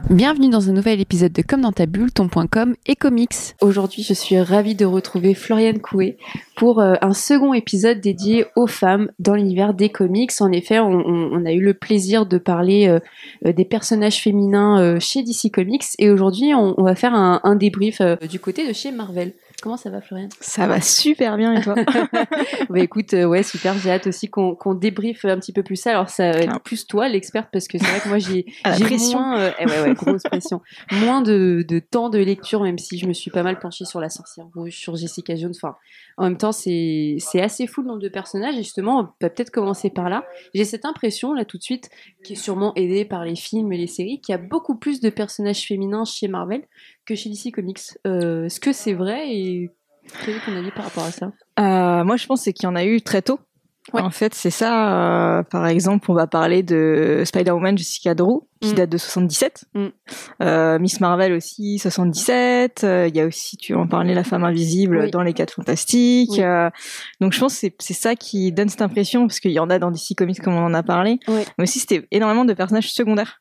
Bienvenue dans un nouvel épisode de Comme dans ta bulle, ton.com et comics. Aujourd'hui, je suis ravie de retrouver Floriane Coué pour un second épisode dédié aux femmes dans l'univers des comics. En effet, on a eu le plaisir de parler des personnages féminins chez DC Comics et aujourd'hui, on va faire un débrief du côté de chez Marvel. Comment ça va, Floriane ? Ça va super bien, et toi ? Bah écoute, ouais, super. J'ai hâte aussi qu'on débriefe un petit peu plus ça. Alors ça va être plus toi, l'experte, parce que c'est vrai que moi j'ai moins, ouais, grosse pression, moins de temps de lecture, même si je me suis pas mal penchée sur la Sorcière Rouge, sur Jessica Jones. Enfin, en même temps, c'est assez fou le nombre de personnages. Et justement, on peut peut-être commencer par là. J'ai cette impression là tout de suite, qui est sûrement aidée par les films et les séries, qu'il y a beaucoup plus de personnages féminins chez Marvel que chez DC Comics. Est-ce que c'est vrai et quel est ton avis par rapport à ça ? Moi, je pense c'est qu'il y en a eu très tôt. Ouais. En fait, c'est ça. Par exemple, on va parler de Spider-Woman, Jessica Drew, qui date de 77. Miss Marvel aussi, 77. Il y a aussi, tu en parlais, La Femme Invisible dans Les 4 Fantastiques. Oui. Donc, je pense que c'est ça qui donne cette impression, parce qu'il y en a dans DC Comics, comme on en a parlé. Oui. Mais aussi, c'était énormément de personnages secondaires.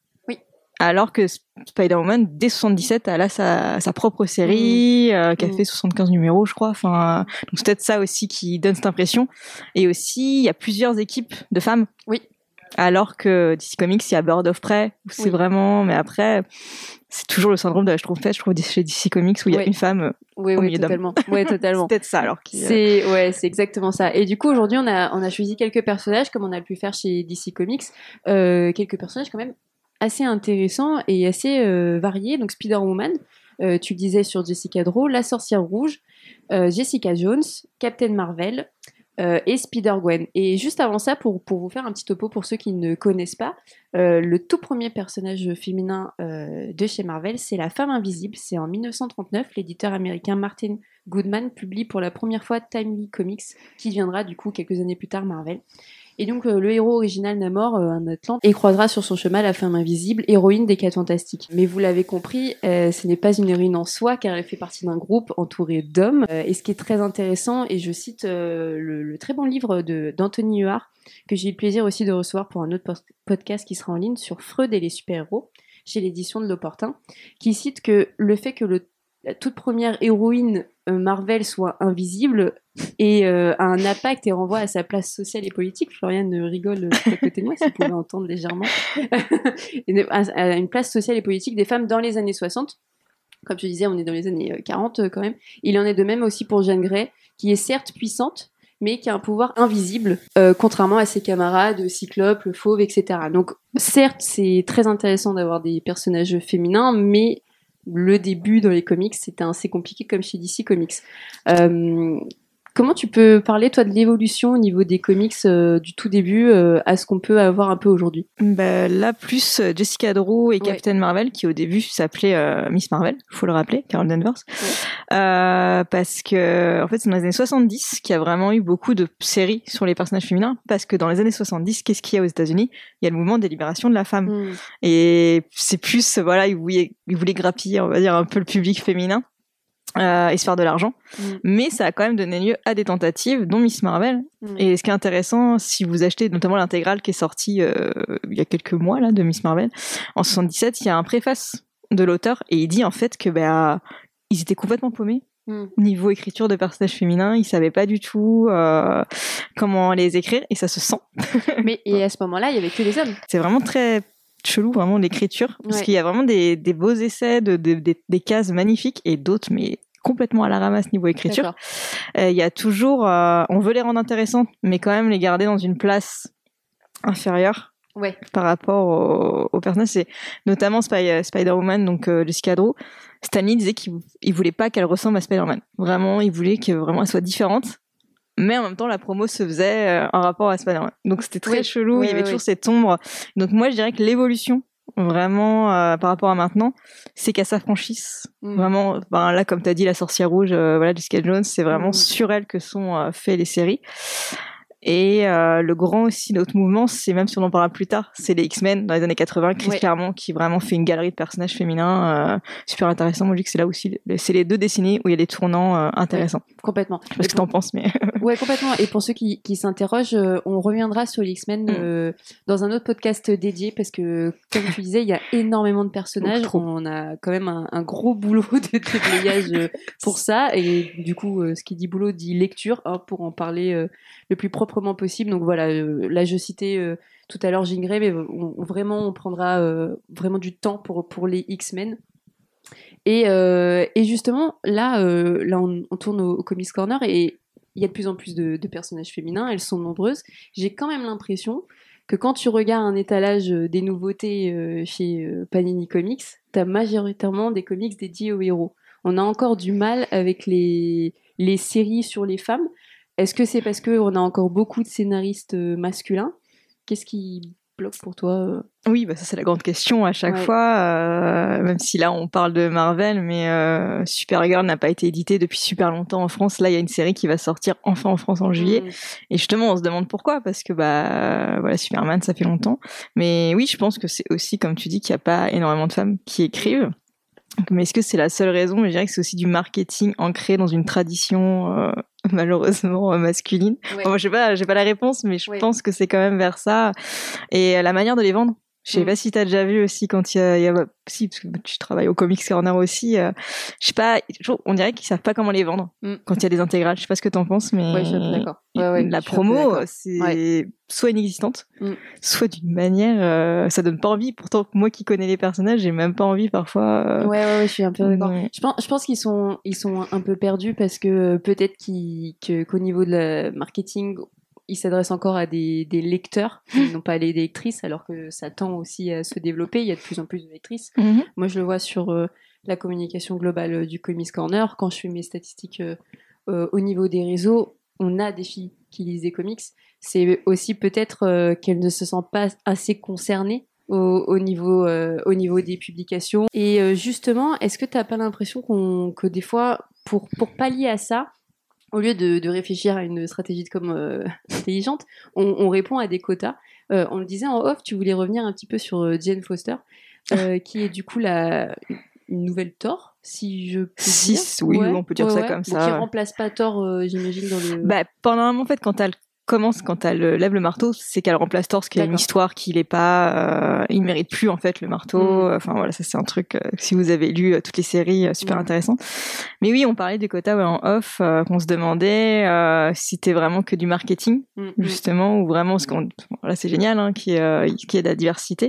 Alors que Spider-Woman, dès 77, elle a sa propre série, qui a fait 75 numéros, je crois. Enfin, donc c'est peut-être ça aussi qui donne cette impression. Et aussi, il y a plusieurs équipes de femmes. Oui. Alors que DC Comics, il y a Bird of Prey, où c'est vraiment... Mais après, c'est toujours le syndrome de la Schtroumpfette, je trouve, chez DC Comics, où il y a une femme au milieu d'hommes. Oui, totalement. C'est peut-être ça, alors. C'est exactement ça. Et du coup, aujourd'hui, on a choisi quelques personnages, comme on a pu faire chez DC Comics. Quelques personnages, quand même, assez intéressant et assez varié. Donc Spider-Woman, tu le disais sur Jessica Drew, La Sorcière Rouge, Jessica Jones, Captain Marvel et Spider-Gwen. Et juste avant ça, pour vous faire un petit topo pour ceux qui ne connaissent pas, le tout premier personnage féminin de chez Marvel, c'est la Femme Invisible. C'est en 1939, l'éditeur américain Martin Goodman publie pour la première fois Timely Comics, qui deviendra du coup quelques années plus tard Marvel. Et donc le héros original Namor, un Atlante, et croisera sur son chemin la Femme Invisible, héroïne des 4 Fantastiques. Mais vous l'avez compris, ce n'est pas une héroïne en soi, car elle fait partie d'un groupe entouré d'hommes. Et ce qui est très intéressant, et je cite le très bon livre d'Anthony Huard, que j'ai eu le plaisir aussi de recevoir pour un autre podcast qui sera en ligne sur Freud et les super-héros, chez l'édition de L'Opportun, qui cite que le fait que la toute première héroïne Marvel soit invisible et a un impact et renvoie à sa place sociale et politique. Floriane rigole à côté de moi, si vous pouvez entendre légèrement. À une place sociale et politique des femmes dans les années 60. Comme je disais, on est dans les années 40 quand même. Il en est de même aussi pour Jean Grey, qui est certes puissante, mais qui a un pouvoir invisible, contrairement à ses camarades, Cyclope, le Fauve, etc. Donc certes, c'est très intéressant d'avoir des personnages féminins, mais le début dans les comics, c'était assez compliqué comme chez DC Comics. Comment tu peux parler, toi, de l'évolution au niveau des comics du tout début à ce qu'on peut avoir un peu aujourd'hui ? Là, plus Jessica Drew et Captain Marvel, qui au début s'appelait Miss Marvel, faut le rappeler, Carol Danvers. Parce que, en fait, c'est dans les années 70 qu'il y a vraiment eu beaucoup de séries sur les personnages féminins, parce que dans les années 70, qu'est-ce qu'il y a aux États-Unis ? Il y a le mouvement des libérations de la femme. Et c'est plus, ils voulaient grappiller, on va dire, un peu le public féminin. Et se faire de l'argent, mais ça a quand même donné lieu à des tentatives, dont Miss Marvel. Et ce qui est intéressant, si vous achetez notamment l'intégrale qui est sortie il y a quelques mois là de Miss Marvel, en 77, il y a un préface de l'auteur et il dit en fait que ils étaient complètement paumés. Niveau écriture de personnages féminins, ils savaient pas du tout comment les écrire et ça se sent. Et à ce moment-là, il y avait que les hommes. C'est vraiment très chelou vraiment l'écriture parce qu'il y a vraiment des beaux essais des cases magnifiques et d'autres mais complètement à la ramasse niveau écriture. Il y a toujours on veut les rendre intéressantes mais quand même les garder dans une place inférieure par rapport aux personnages. C'est notamment Spider-Woman, donc Jessica Drew. Stan Lee disait qu'il voulait pas qu'elle ressemble à Spider-Man, vraiment il voulait que vraiment elle soit différente. Mais en même temps, la promo se faisait en rapport à Spider-Man. Donc c'était très chelou, il y avait toujours cette ombre. Donc moi, je dirais que l'évolution, vraiment, par rapport à maintenant, c'est qu'elle s'affranchisse. Vraiment, là, comme tu as dit, La Sorcière Rouge, Jessica Jones, c'est vraiment sur elle que sont faites les séries. Et le grand aussi, l'autre mouvement, c'est même si on en parlera plus tard, c'est les X-Men dans les années 80, Chris Claremont qui vraiment fait une galerie de personnages féminins super intéressant. Moi je dis que c'est là aussi, c'est les 2 décennies où il y a des tournants intéressants. Complètement. Je sais pas ce que t'en penses, mais... Ouais, complètement. Et pour ceux qui s'interrogent, on reviendra sur les X-Men dans un autre podcast dédié parce que, comme tu disais, il y a énormément de personnages. On a quand même un gros boulot de déblayage pour ça. Et du coup, ce qui dit boulot dit lecture pour en parler le plus proprement possible. Donc voilà, là, je citais tout à l'heure Jean Grey, mais on prendra vraiment du temps pour les X-Men. Et justement, là on tourne au Comics Corner et il y a de plus en plus de personnages féminins, elles sont nombreuses. J'ai quand même l'impression que quand tu regardes un étalage des nouveautés chez Panini Comics, t'as majoritairement des comics dédiés aux héros. On a encore du mal avec les séries sur les femmes. Est-ce que c'est parce qu'on a encore beaucoup de scénaristes masculins ? Qu'est-ce qui bloque pour toi Oui, bah ça c'est la grande question à chaque fois, même si là on parle de Marvel, mais Supergirl n'a pas été édité depuis super longtemps en France. Là il y a une série qui va sortir enfin en France en juillet, et justement on se demande pourquoi, parce que voilà, Superman ça fait longtemps, mais oui je pense que c'est aussi comme tu dis qu'il n'y a pas énormément de femmes qui écrivent. Mais est-ce que c'est la seule raison? Mais je dirais que c'est aussi du marketing ancré dans une tradition malheureusement masculine. Ouais. Moi, j'ai pas la réponse, mais je pense que c'est quand même vers ça. Et la manière de les vendre. Je sais pas si t'as déjà vu aussi quand il y a si, parce que tu travailles au Comics Corner aussi, je sais pas, on dirait qu'ils savent pas comment les vendre quand il y a des intégrales. Je sais pas ce que t'en penses, mais je suis un peu d'accord. La promo, c'est soit inexistante, soit d'une manière, ça donne pas envie. Pourtant, moi qui connais les personnages, j'ai même pas envie parfois. Ouais, je suis un peu d'accord. Je pense qu'ils sont un peu perdus parce que peut-être qu'au niveau de la marketing, ils s'adressent encore à des lecteurs, non pas à des lectrices, alors que ça tend aussi à se développer. Il y a de plus en plus de lectrices. Moi, je le vois sur la communication globale du Comics Corner. Quand je fais mes statistiques au niveau des réseaux, on a des filles qui lisent des comics. C'est aussi peut-être qu'elles ne se sentent pas assez concernées au niveau des publications. Et justement, est-ce que tu n'as pas l'impression que des fois, pour pallier à ça, au lieu de réfléchir à une stratégie de com intelligente, on répond à des quotas. On le disait en off, tu voulais revenir un petit peu sur Jane Foster, qui est du coup une nouvelle Thor, si je peux dire. Oui, on peut dire ça comme ça. Qui remplace pas Thor, j'imagine, dans le... Pendant un moment, en fait, quand elle lève le marteau, c'est qu'elle remplace Thor, parce qu'il y a une histoire qu'il est pas, il mérite plus en fait le marteau. Enfin voilà, ça c'est un truc. Si vous avez lu toutes les séries, super intéressant. Mais oui, on parlait des quotas en off, qu'on se demandait si c'était vraiment que du marketing justement, ou vraiment ce qu'on. Là, c'est génial, qu'il y ait de la diversité.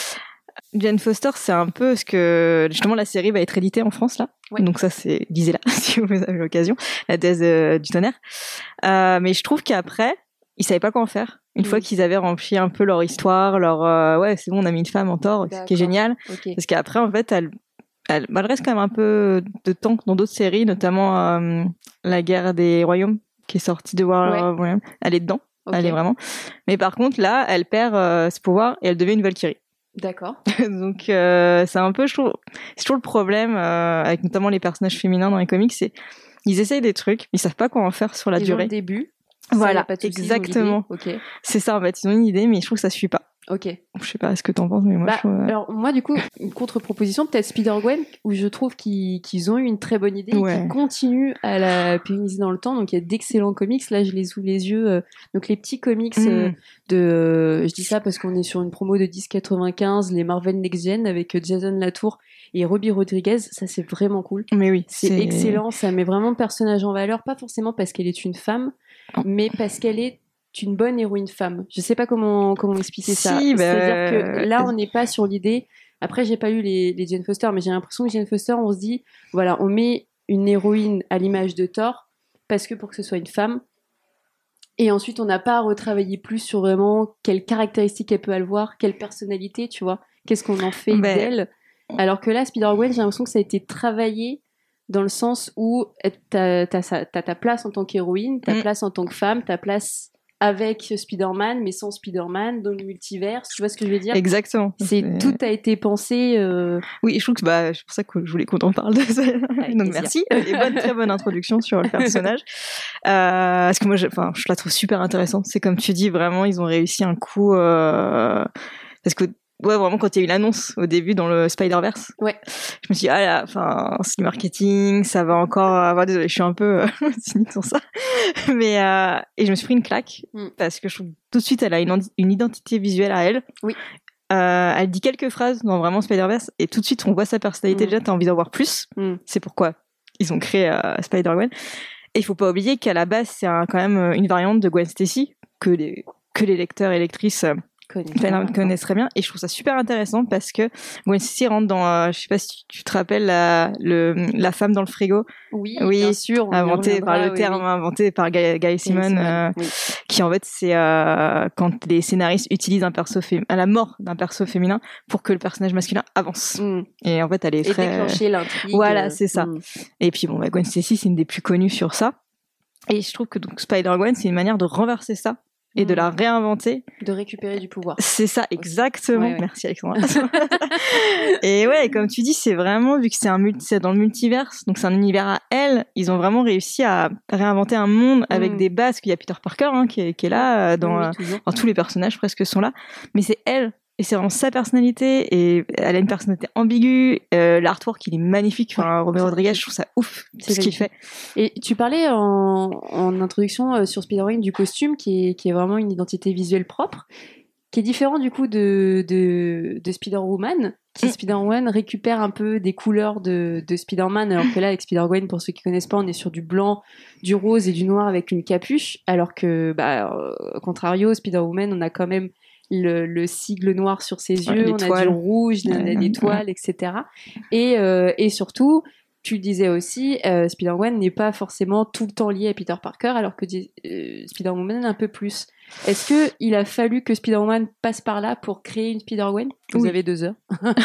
Jane Foster, c'est un peu ce que justement la série va être éditée en France là. Ouais. Donc ça c'est lisez-la si vous avez l'occasion, la déesse du tonnerre. Mais je trouve qu'après ils savaient pas quoi en faire. Une fois qu'ils avaient rempli un peu leur histoire, c'est bon, on a mis une femme en Thor, ce qui est génial. Okay. Parce qu'après en fait elle reste quand même un peu de temps dans d'autres séries, notamment La Guerre des Royaumes qui est sortie de War. Elle est dedans, elle est vraiment. Mais par contre là elle perd ses pouvoirs et elle devient une Valkyrie. D'accord. Donc c'est un peu, c'est toujours le problème avec notamment les personnages féminins dans les comics, c'est ils essayent des trucs, ils savent pas quoi en faire sur la durée. Au début. Voilà, exactement. Okay. C'est ça en fait, ils ont une idée, mais je trouve que ça suffit pas. Ok. Je sais pas ce que t'en penses, mais moi je trouve... Alors moi du coup, une contre-proposition, peut-être Spider-Gwen, où je trouve qu'ils ont eu une très bonne idée et qu'ils continuent à la pérenniser dans le temps. Donc il y a d'excellents comics, là je les ai sous les yeux. Donc les petits comics je dis ça parce qu'on est sur une promo de 10,95, les Marvel Next Gen avec Jason Latour et Robbie Rodriguez, ça c'est vraiment cool. Mais oui, c'est excellent, ça met vraiment le personnage en valeur, pas forcément parce qu'elle est une femme, mais parce qu'elle est une bonne héroïne femme. Je sais pas comment expliquer ça. C'est-à-dire que là, on n'est pas sur l'idée. Après, j'ai pas lu les Jane Foster, mais j'ai l'impression que Jane Foster, on se dit, voilà, on met une héroïne à l'image de Thor parce que pour que ce soit une femme. Et ensuite, on n'a pas à retravailler plus sur vraiment quelles caractéristiques elle peut avoir, quelle personnalité, tu vois. Qu'est-ce qu'on en fait d'elle. Alors que là, Spider-Gwen, j'ai l'impression que ça a été travaillé dans le sens où t'as ta place en tant qu'héroïne, ta place en tant que femme, ta place avec Spider-Man, mais sans Spider-Man, dans le multiverse, tu vois ce que je veux dire? Exactement. Tout a été pensé... Oui, je trouve que c'est pour ça que je voulais qu'on en parle de ça. Donc merci, et très bonne introduction sur le personnage. Parce que moi, je la trouve super intéressante. C'est comme tu dis, vraiment, ils ont réussi un coup... Parce que ouais, vraiment, quand il y a eu l'annonce au début dans le Spider-Verse, ouais. Je me suis dit, ah là, enfin, c'est du marketing, ça va encore avoir, désolé, je suis un peu cynique sur ça. Mais, et je me suis pris une claque, parce que je trouve tout de suite, elle a une identité visuelle à elle. Oui. Elle dit quelques phrases dans vraiment Spider-Verse, et tout de suite, on voit sa personnalité, déjà, t'as envie d'en voir plus. C'est pourquoi ils ont créé Spider-Gwen. Et il faut pas oublier qu'à la base, c'est quand même une variante de Gwen Stacy, que les lecteurs et lectrices connaissent très bien, et je trouve ça super intéressant parce que Gwen Stacy rentre dans je sais pas si tu te rappelles la femme dans le frigo, oui bien sûr, inventé par Guy Simon, qui en fait c'est quand les scénaristes utilisent à la mort d'un perso féminin pour que le personnage masculin avance, et en fait elle est très et déclencher l'intrigue, voilà, c'est ça. Et puis bon, Gwen Stacy, c'est une des plus connues sur ça, et je trouve que donc Spider-Gwen, c'est une manière de renverser ça et de la réinventer, de récupérer du pouvoir. C'est ça, exactement. Ouais. Merci Alexandra. Et ouais, comme tu dis, c'est vraiment, vu que c'est dans le multiverse, donc c'est un univers à elle, ils ont vraiment réussi à réinventer un monde avec des bases, qu'il y a Peter Parker qui est là, dans tous les personnages presque sont là, mais c'est elle. Et c'est vraiment sa personnalité, et elle a une personnalité ambiguë. L'artwork, il est magnifique. Enfin, Robert Rodriguez, je trouve ça ouf, c'est ce qu'il fait. Et tu parlais en introduction sur Spider-Man du costume, qui est vraiment une identité visuelle propre, qui est différent du coup de Spider-Woman, qui Spider-Woman récupère un peu des couleurs de Spider-Man, alors que là, avec Spider-Gwen, pour ceux qui connaissent pas, on est sur du blanc, du rose et du noir avec une capuche, alors que, contrario, Spider-Woman, on a quand même le sigle noir sur ses yeux, on a du rouge, on a des toiles, etc. Et surtout, tu le disais aussi, Spider-Man n'est pas forcément tout le temps lié à Peter Parker, alors que Spider-Woman un peu plus. Est-ce qu'il a fallu que Spider-Man passe par là pour créer une Spider-Gwen ? Vous avez 2 heures.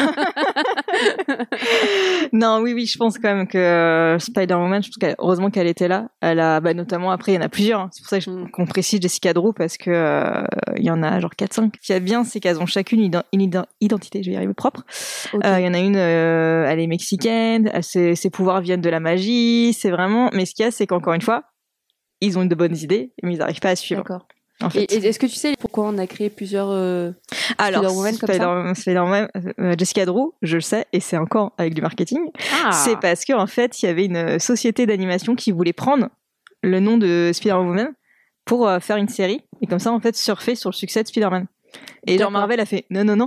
Non, oui, je pense quand même que Spider-Woman, je pense heureusement qu'elle était là. Elle a, notamment, après, il y en a plusieurs. Hein. C'est pour ça qu'on précise Jessica Drew, parce que il y en a genre 4-5. Ce qu'il y a bien, c'est qu'elles ont chacune une identité, je vais y arriver, propre. Okay. Il y en a une, elle est mexicaine, ses pouvoirs viennent de la magie, c'est vraiment... Mais ce qu'il y a, c'est qu'encore une fois, ils ont de bonnes idées, mais ils n'arrivent pas à suivre. D'accord. En fait. Et est-ce que tu sais pourquoi on a créé plusieurs Spider-Woman comme ça ? Spider-Man, Jessica Drew, je le sais, et c'est encore avec du marketing. C'est parce qu'en fait, il y avait une société d'animation qui voulait prendre le nom de Spider-Woman pour faire une série, et comme ça, en fait, surfer sur le succès de Spider-Man. Et genre Marvel a fait non.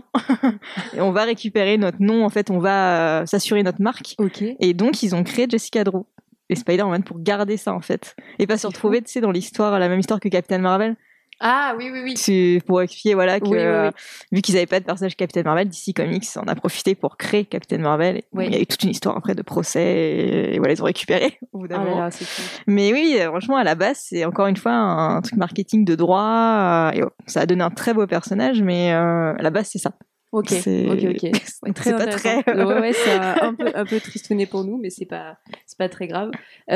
Et on va récupérer notre nom, en fait, on va s'assurer notre marque. Okay. Et donc, ils ont créé Jessica Drew et Spider-Man pour garder ça, en fait. Et pas se retrouver, tu sais, dans l'histoire, la même histoire que Captain Marvel. Ah oui. C'est pour expliquer que vu qu'ils n'avaient pas de personnage Captain Marvel, DC Comics en a profité pour créer Captain Marvel. Il y a eu toute une histoire après de procès, et voilà, ils ont récupéré au bout d'un moment. Là, c'est cool. Mais oui, franchement, à la base, c'est encore une fois un truc marketing de droit, et ça a donné un très beau personnage, mais à la base, c'est ça. Ok. C'est très pas très. C'est un peu tristouné pour nous, mais c'est pas très grave.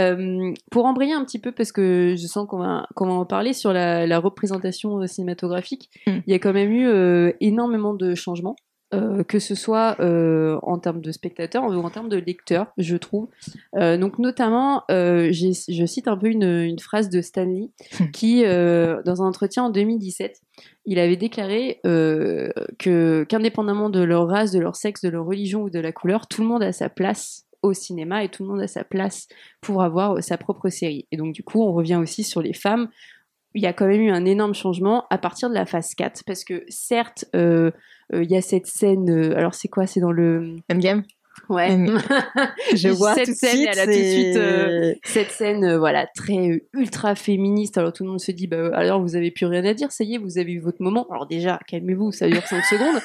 Pour embrayer un petit peu, parce que je sens qu'on va en parler sur la représentation cinématographique, il y a quand même eu énormément de changements. Que ce soit en termes de spectateurs ou en termes de lecteurs, je trouve. Donc notamment, je cite un peu une phrase de Stan Lee qui, dans un entretien en 2017, il avait déclaré qu'indépendamment de leur race, de leur sexe, de leur religion ou de la couleur, tout le monde a sa place au cinéma et tout le monde a sa place pour avoir sa propre série. Et donc du coup, on revient aussi sur les femmes. Il y a quand même eu un énorme changement à partir de la phase 4, parce que certes, il y a cette scène, alors c'est quoi ? C'est dans le... Endgame ? Ouais. Je vois cette tout scène, de suite. Elle a tout de suite cette scène, très ultra féministe. Alors tout le monde se dit, alors vous avez plus rien à dire, ça y est, vous avez eu votre moment. Alors déjà, calmez-vous, ça dure 5 secondes.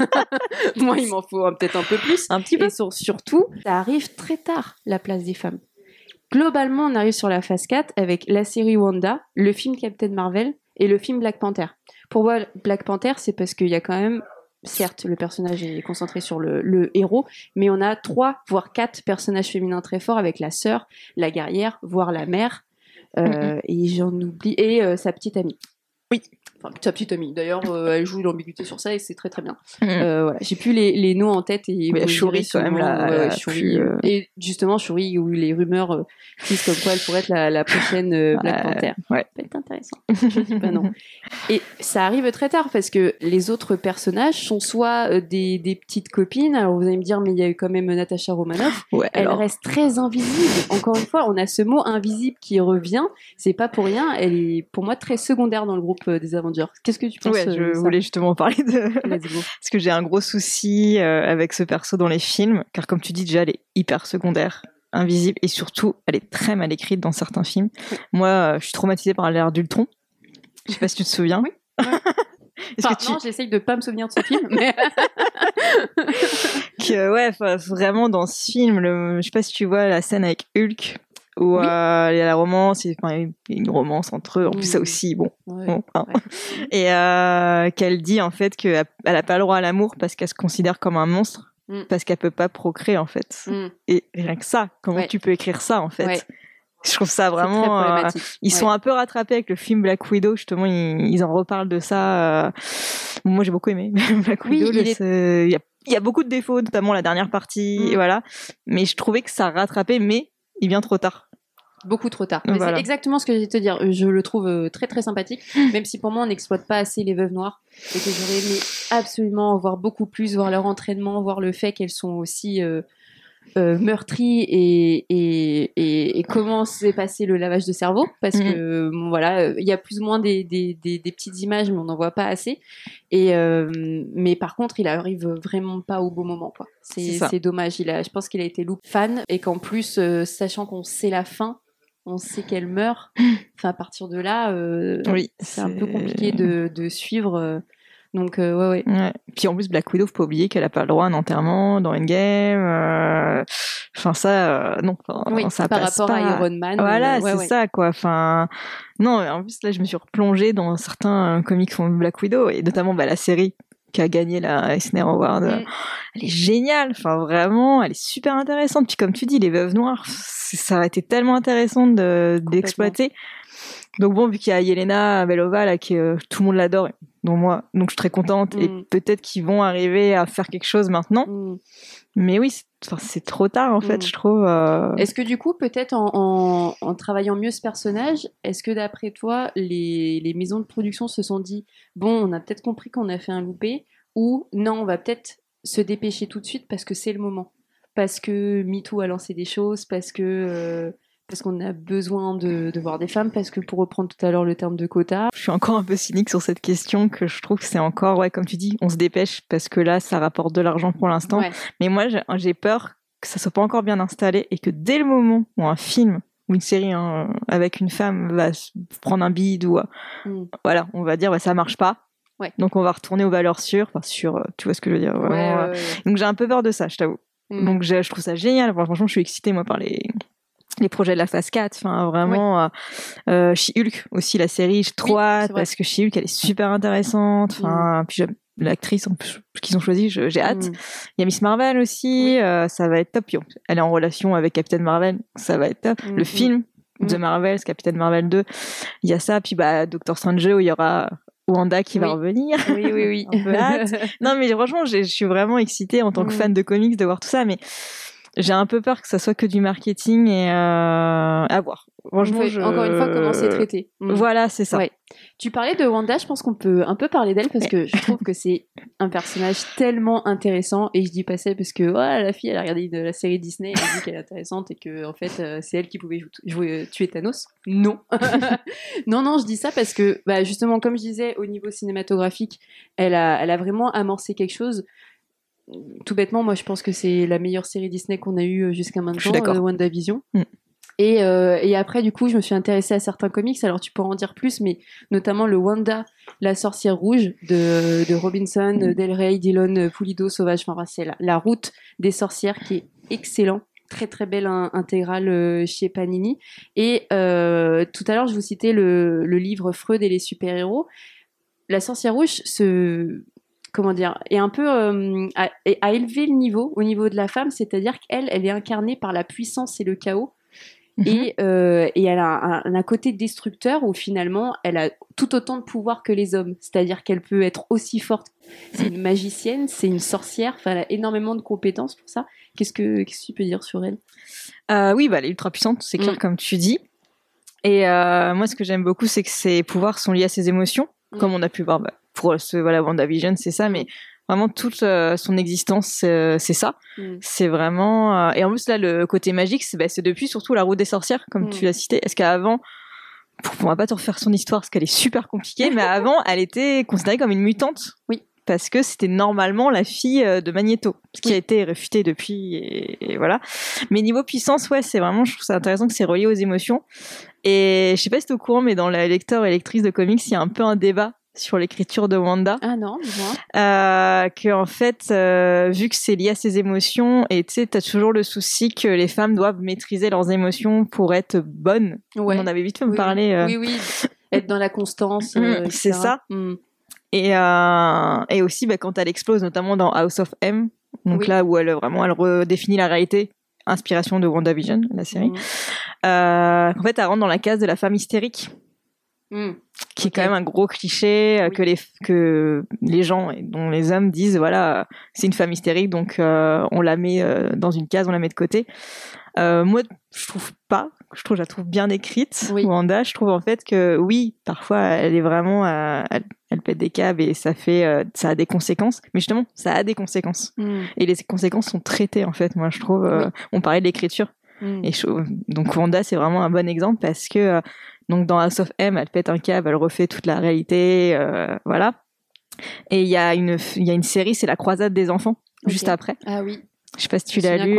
Moi, il m'en faut peut-être un peu plus. Un petit peu. Et surtout, ça arrive très tard, la place des femmes. Globalement, on arrive sur la phase 4 avec la série Wanda, le film Captain Marvel et le film Black Panther. Pourquoi Black Panther ? C'est parce qu'il y a quand même, certes, le personnage est concentré sur le héros, mais on a 3 voire 4 personnages féminins très forts, avec la sœur, la guerrière, voire la mère, et j'en oublie, et sa petite amie. Oui. sa petite amie. D'ailleurs, elle joue l'ambiguïté sur ça et c'est très très bien. Voilà, j'ai plus les noms en tête et Shuri quand même Shuri et justement Shuri où les rumeurs disent comme quoi elle pourrait être la prochaine Black Panther. Ouais. Ça peut être intéressant. Je dis pas non. Et ça arrive très tard parce que les autres personnages sont soit des petites copines. Alors vous allez me dire mais il y a eu quand même Natasha Romanoff. Elle reste très invisible. Encore une fois, on a ce mot invisible qui revient. C'est pas pour rien. Elle est pour moi très secondaire dans le groupe des Avengers. Qu'est-ce que tu penses? Je voulais justement parler de parce que j'ai un gros souci avec ce perso dans les films, car comme tu dis déjà, elle est hyper secondaire, invisible, et surtout, elle est très mal écrite dans certains films. Moi, je suis traumatisée par l'ère d'Ultron. Je sais pas si tu te souviens. Oui. Non, j'essaye de pas me souvenir de ce film, mais vraiment dans ce film, je sais pas si tu vois la scène avec Hulk. Où il y a la romance, une romance entre eux. En plus, ça aussi, Et qu'elle dit en fait qu'elle a pas le droit à l'amour parce qu'elle se considère comme un monstre, parce qu'elle peut pas procréer en fait. Et rien que ça, comment tu peux écrire ça en fait? Je trouve ça vraiment. Ils sont un peu rattrapés avec le film Black Widow, justement. Ils en reparlent de ça. Moi, j'ai beaucoup aimé Black Widow. Il y a beaucoup de défauts, notamment la dernière partie, et voilà. Mais je trouvais que ça rattrapait, mais il vient trop tard. Beaucoup trop tard. Mais c'est exactement ce que j'ai te dire. Je le trouve très très sympathique, même si pour moi on n'exploite pas assez les veuves noires et que j'aurais aimé absolument voir beaucoup plus, voir leur entraînement, voir le fait qu'elles sont aussi meurtries et comment s'est passé le lavage de cerveau, parce que voilà, il y a plus ou moins des petites images, mais on n'en voit pas assez. Mais par contre, il arrive vraiment pas au bon moment, quoi. C'est dommage. Je pense qu'il a été loupé fan et qu'en plus, sachant qu'on sait la fin, on sait qu'elle meurt. Enfin, à partir de là, c'est un peu compliqué de suivre. Donc, ouais. Puis en plus, Black Widow, faut pas oublier qu'elle a pas le droit à un enterrement dans Endgame. Enfin, ça, non. Ça par passe rapport pas. à Iron Man. Voilà, c'est ça, quoi. Enfin, non, en plus, là, je me suis replongée dans certains comics de Black Widow, et notamment la série qui a gagné la Eisner Award. Elle est géniale. Enfin, vraiment, elle est super intéressante. Puis comme tu dis, les veuves noires, ça aurait été tellement intéressant d'exploiter. Donc bon, vu qu'il y a Yelena Belova là, tout le monde l'adore, donc je suis très contente, et peut-être qu'ils vont arriver à faire quelque chose maintenant. Mais oui, c'est trop tard en fait, je trouve. Est-ce que du coup, peut-être en travaillant mieux ce personnage, est-ce que d'après toi, les maisons de production se sont dit bon, on a peut-être compris qu'on a fait un loupé, ou non, on va peut-être se dépêcher tout de suite parce que c'est le moment, parce que MeToo a lancé des choses, parce qu'on a besoin de voir des femmes, parce que pour reprendre tout à l'heure le terme de quota. Je suis encore un peu cynique sur cette question, que je trouve que c'est encore, comme tu dis, on se dépêche parce que là, ça rapporte de l'argent pour l'instant. Mais moi, j'ai peur que ça soit pas encore bien installé et que dès le moment où un film ou une série avec une femme va prendre un bid ou voilà, on va dire ça marche pas. Donc on va retourner aux valeurs sûres, tu vois ce que je veux dire. Vraiment, Donc j'ai un peu peur de ça, je t'avoue. Donc je trouve ça génial. Franchement, je suis excitée moi par les projets de la phase 4, enfin vraiment She-Hulk aussi, la série, j'ai trop hâte parce que She-Hulk elle est super intéressante, enfin puis j'aime l'actrice en plus qu'ils ont choisi, j'ai hâte. Il y a Miss Marvel aussi, ça va être top. Elle est en relation avec Captain Marvel, ça va être top. Le film The Marvels, Captain Marvel 2, il y a ça, puis Doctor Strange où il y aura Wanda qui va revenir. Oui. Un peu hâte. Non mais franchement, je suis vraiment excitée en tant que fan de comics de voir tout ça, mais j'ai un peu peur que ça soit que du marketing et à voir. Franchement, encore une fois, comment c'est traité. Voilà, c'est ça. Tu parlais de Wanda, je pense qu'on peut un peu parler d'elle parce que je trouve que c'est un personnage tellement intéressant, et je dis pas ça parce que la fille elle a regardé la série Disney et elle a dit qu'elle est intéressante et que en fait c'est elle qui pouvait tuer Thanos. Non. non, je dis ça parce que justement, comme je disais, au niveau cinématographique, elle a vraiment amorcé quelque chose. Tout bêtement, moi je pense que c'est la meilleure série Disney qu'on a eue jusqu'à maintenant, WandaVision. Et après, du coup, je me suis intéressée à certains comics. Alors, tu pourras en dire plus, mais notamment le Wanda, la sorcière rouge de Robinson, Del Rey, Dillon, Pulido, Sauvage. Enfin, c'est la route des sorcières qui est excellent. Très, très belle intégrale chez Panini. Et tout à l'heure, je vous citais le livre Freud et les super-héros. La sorcière rouge est un peu a élevé le niveau au niveau de la femme, c'est-à-dire qu'elle est incarnée par la puissance et le chaos. et elle a un côté destructeur où finalement elle a tout autant de pouvoir que les hommes, c'est-à-dire qu'elle peut être aussi forte. C'est une magicienne, c'est une sorcière, enfin elle a énormément de compétences pour ça. Qu'est-ce que tu peux dire sur elle? Oui, elle est ultra puissante, c'est clair comme tu dis. Et moi ce que j'aime beaucoup c'est que ses pouvoirs sont liés à ses émotions, comme on a pu voir pour WandaVision, c'est ça, mais vraiment toute son existence c'est ça. C'est vraiment et en plus là le côté magique c'est depuis surtout la route des sorcières comme tu l'as cité. Est-ce qu'avant, on va pas te refaire son histoire parce qu'elle est super compliquée, mais avant elle était considérée comme une mutante. Oui. Parce que c'était normalement la fille de Magneto, ce qui a été réfuté depuis, et voilà. Mais niveau puissance, c'est vraiment, je trouve ça intéressant que c'est relié aux émotions. Et je sais pas si t'es au courant, mais dans la lecteur et lectrice de comics, il y a un peu un débat sur l'écriture de Wanda. Ah non, dis-moi. Que en fait, vu que c'est lié à ses émotions, et tu sais, t'as toujours le souci que les femmes doivent maîtriser leurs émotions pour être bonnes. Ouais. On en avait vite fait me parler. Oui, être dans la constance. C'est ça. Et aussi quand elle explose, notamment dans House of M, donc là où elle redéfinit la réalité, inspiration de WandaVision, la série. En fait, elle rentre dans la case de la femme hystérique, qui est quand même un gros cliché que les gens, dont les hommes disent voilà, c'est une femme hystérique, donc on la met dans une case, on la met de côté. Moi, je la trouve bien écrite, Wanda. Je trouve en fait que oui, parfois elle est vraiment, elle pète des câbles et ça a des conséquences. Mais justement, ça a des conséquences. Et les conséquences sont traitées en fait. Moi, je trouve. On parlait de l'écriture. Et donc Wanda, c'est vraiment un bon exemple parce que donc dans House of M, elle pète un câble, elle refait toute la réalité, voilà. Et il y a une série, c'est La Croisade des enfants, juste après. Ah oui. Je sais pas si tu l'as lu.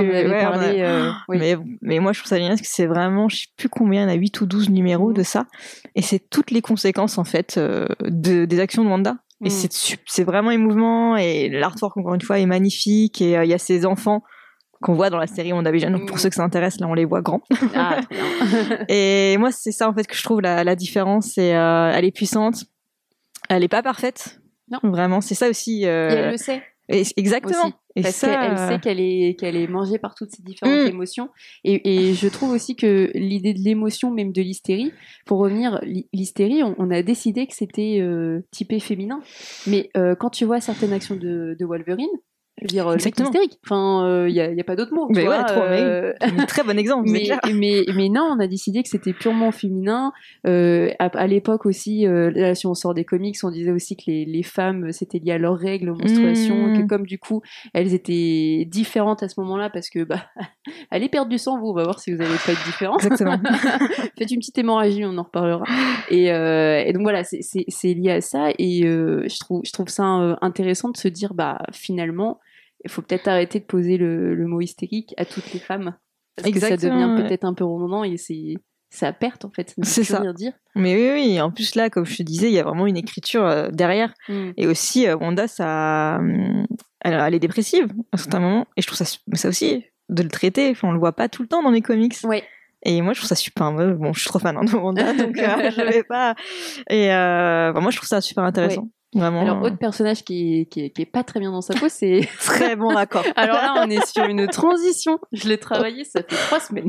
Mais moi, je trouve ça génial parce que c'est vraiment, je sais plus combien, il y en a 8 ou 12 numéros de ça. Et c'est toutes les conséquences, en fait, des actions de Wanda. Et c'est vraiment émouvant. Et l'artwork, encore une fois, est magnifique. Et il y a ces enfants qu'on voit dans la série WandaVision. Donc, pour ceux que ça intéresse, là, on les voit grands. Ah, très bien. Et moi, c'est ça, en fait, que je trouve la différence. Et elle est puissante. Elle est pas parfaite. Non. Vraiment, c'est ça aussi. Et elle le sait. Exactement. Aussi. Parce qu'elle sait qu'elle est mangée par toutes ces différentes émotions. Et je trouve aussi que l'idée de l'émotion, même de l'hystérie, pour revenir, l'hystérie, on a décidé que c'était typé féminin. Mais quand tu vois certaines actions de Wolverine, je veux dire, le mec hystérique. Enfin, il y a pas d'autre mot. Mais un très bon exemple. Mais non, on a décidé que c'était purement féminin. À l'époque aussi, là, si on sort des comics, on disait aussi que les femmes, c'était lié à leurs règles, aux menstruations, que comme du coup, elles étaient différentes à ce moment-là, parce que allez perdre du sang, vous, on va voir si vous allez pas être différentes. Exactement. Faites une petite hémorragie, on en reparlera. Et donc voilà, c'est lié à ça. Et je trouve ça intéressant de se dire, finalement, il faut peut-être arrêter de poser le mot hystérique à toutes les femmes. Parce que ça devient peut-être un peu redondant et c'est à perte, en fait. C'est ça. Rien dire. Mais oui. En plus, là, comme je te disais, il y a vraiment une écriture derrière. Et aussi, Wanda, elle est dépressive à certains moments. Et je trouve ça aussi, de le traiter. Enfin, on le voit pas tout le temps dans les comics. Ouais. Et moi, je trouve ça super. Bon, je suis trop fan de Wanda, donc je vais pas. Et moi, je trouve ça super intéressant. Ouais. Vraiment. Alors, autre personnage qui est pas très bien dans sa peau, c'est... Très bon raccord. Alors là, on est sur une transition. Je l'ai travaillé, ça fait 3 semaines.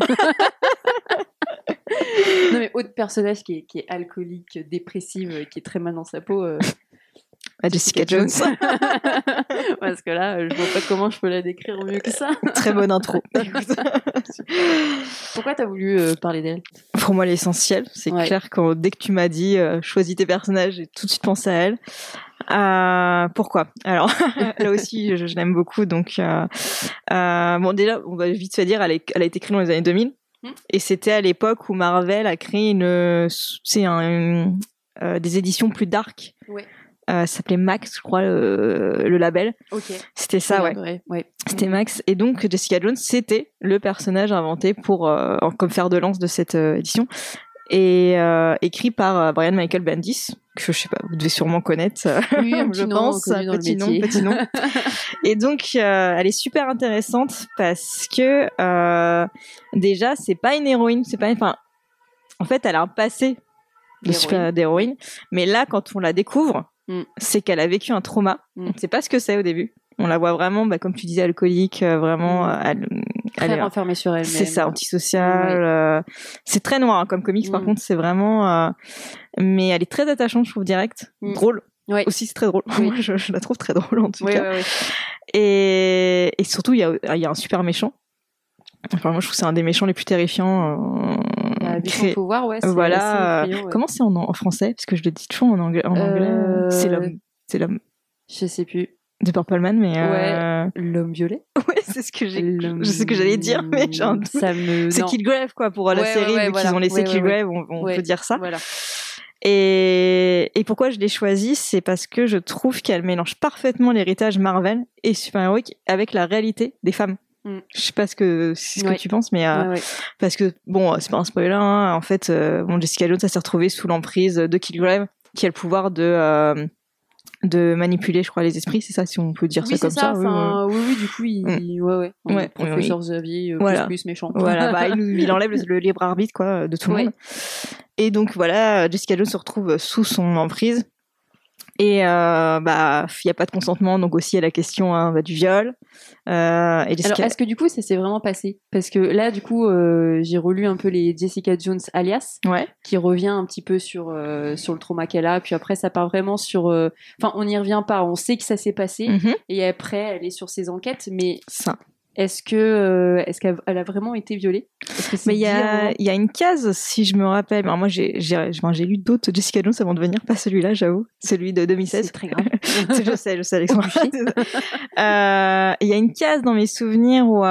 Non, mais autre personnage qui est alcoolique, dépressive, qui est très mal dans sa peau... Jessica Jones. Parce que là, je vois pas comment je peux la décrire mieux que ça. Très bonne intro. Pourquoi t'as voulu parler d'elle? Pour moi, l'essentiel, c'est clair que dès que tu m'as dit choisis tes personnages, j'ai tout de suite pensé à elle. Pourquoi? Alors là aussi, je l'aime beaucoup. Donc bon, déjà, on va vite se dire, elle a été créée dans les années 2000, et c'était à l'époque où Marvel a créé des éditions plus dark. Ouais. Ça s'appelait Max, je crois, le label. Okay. C'était ça, ouais. C'était Max. Et donc, Jessica Jones, c'était le personnage inventé pour comme fer de lance de cette édition. Et écrit par Brian Michael Bendis, que je sais pas, vous devez sûrement connaître, oui, je pense. Petit nom. Et donc, elle est super intéressante parce que déjà, c'est pas une héroïne, en fait, elle a un passé d'héroïne, mais là, quand on la découvre, c'est qu'elle a vécu un trauma. On ne sait pas ce que c'est au début. On la voit vraiment, comme tu disais, alcoolique, vraiment très renfermée sur elle-même. C'est ça, antisociale. C'est très noir comme comics, par contre, c'est vraiment... mais elle est très attachante, je trouve, direct. Drôle. Ouais. Aussi, c'est très drôle. Moi, je la trouve très drôle, en tout cas. Ouais. Et surtout, il y a un super méchant. Enfin, moi, je trouve que c'est un des méchants les plus terrifiants. Vu son pouvoir, c'est voilà. Assez effrayant, comment c'est en français? Parce que je le dis toujours en anglais. C'est l'homme. Je sais plus. De Purple Man, mais l'homme violet. Ouais, c'est ce que j'allais dire, mais j'ai un doute. C'est Killgrave, quoi, pour la série, vu qu'ils ont laissé Killgrave, on peut dire ça. Voilà. Et pourquoi je l'ai choisie, c'est parce que je trouve qu'elle mélange parfaitement l'héritage Marvel et super-héroïque avec la réalité des femmes. Je sais pas ce que tu penses, mais parce que bon, c'est pas un spoiler, hein, en fait, Jessica Jones, ça s'est retrouvée sous l'emprise de Killgrave, qui a le pouvoir de manipuler, je crois, les esprits, c'est ça, si on peut dire ça comme ça. Oui, du coup, professeur Xavier, plus méchant. Voilà, il enlève le libre arbitre, quoi, de tout le monde. Et donc, voilà, Jessica Jones se retrouve sous son emprise. Et il y a pas de consentement, donc aussi il y a la question du viol. Alors est-ce que du coup ça s'est vraiment passé? Parce que là du coup j'ai relu un peu les Jessica Jones alias, qui revient un petit peu sur le trauma qu'elle a, puis après ça part vraiment sur enfin on n'y revient pas, on sait que ça s'est passé, et après elle est sur ses enquêtes, mais ça. Est-ce qu'elle a vraiment été violée? Mais il y a une case, si je me rappelle. Alors moi, j'ai lu d'autres Jessica Jones avant de venir, pas celui-là, j'avoue. Celui de 2016. C'est très grave. je sais, Alexandre. Il y a une case dans mes souvenirs où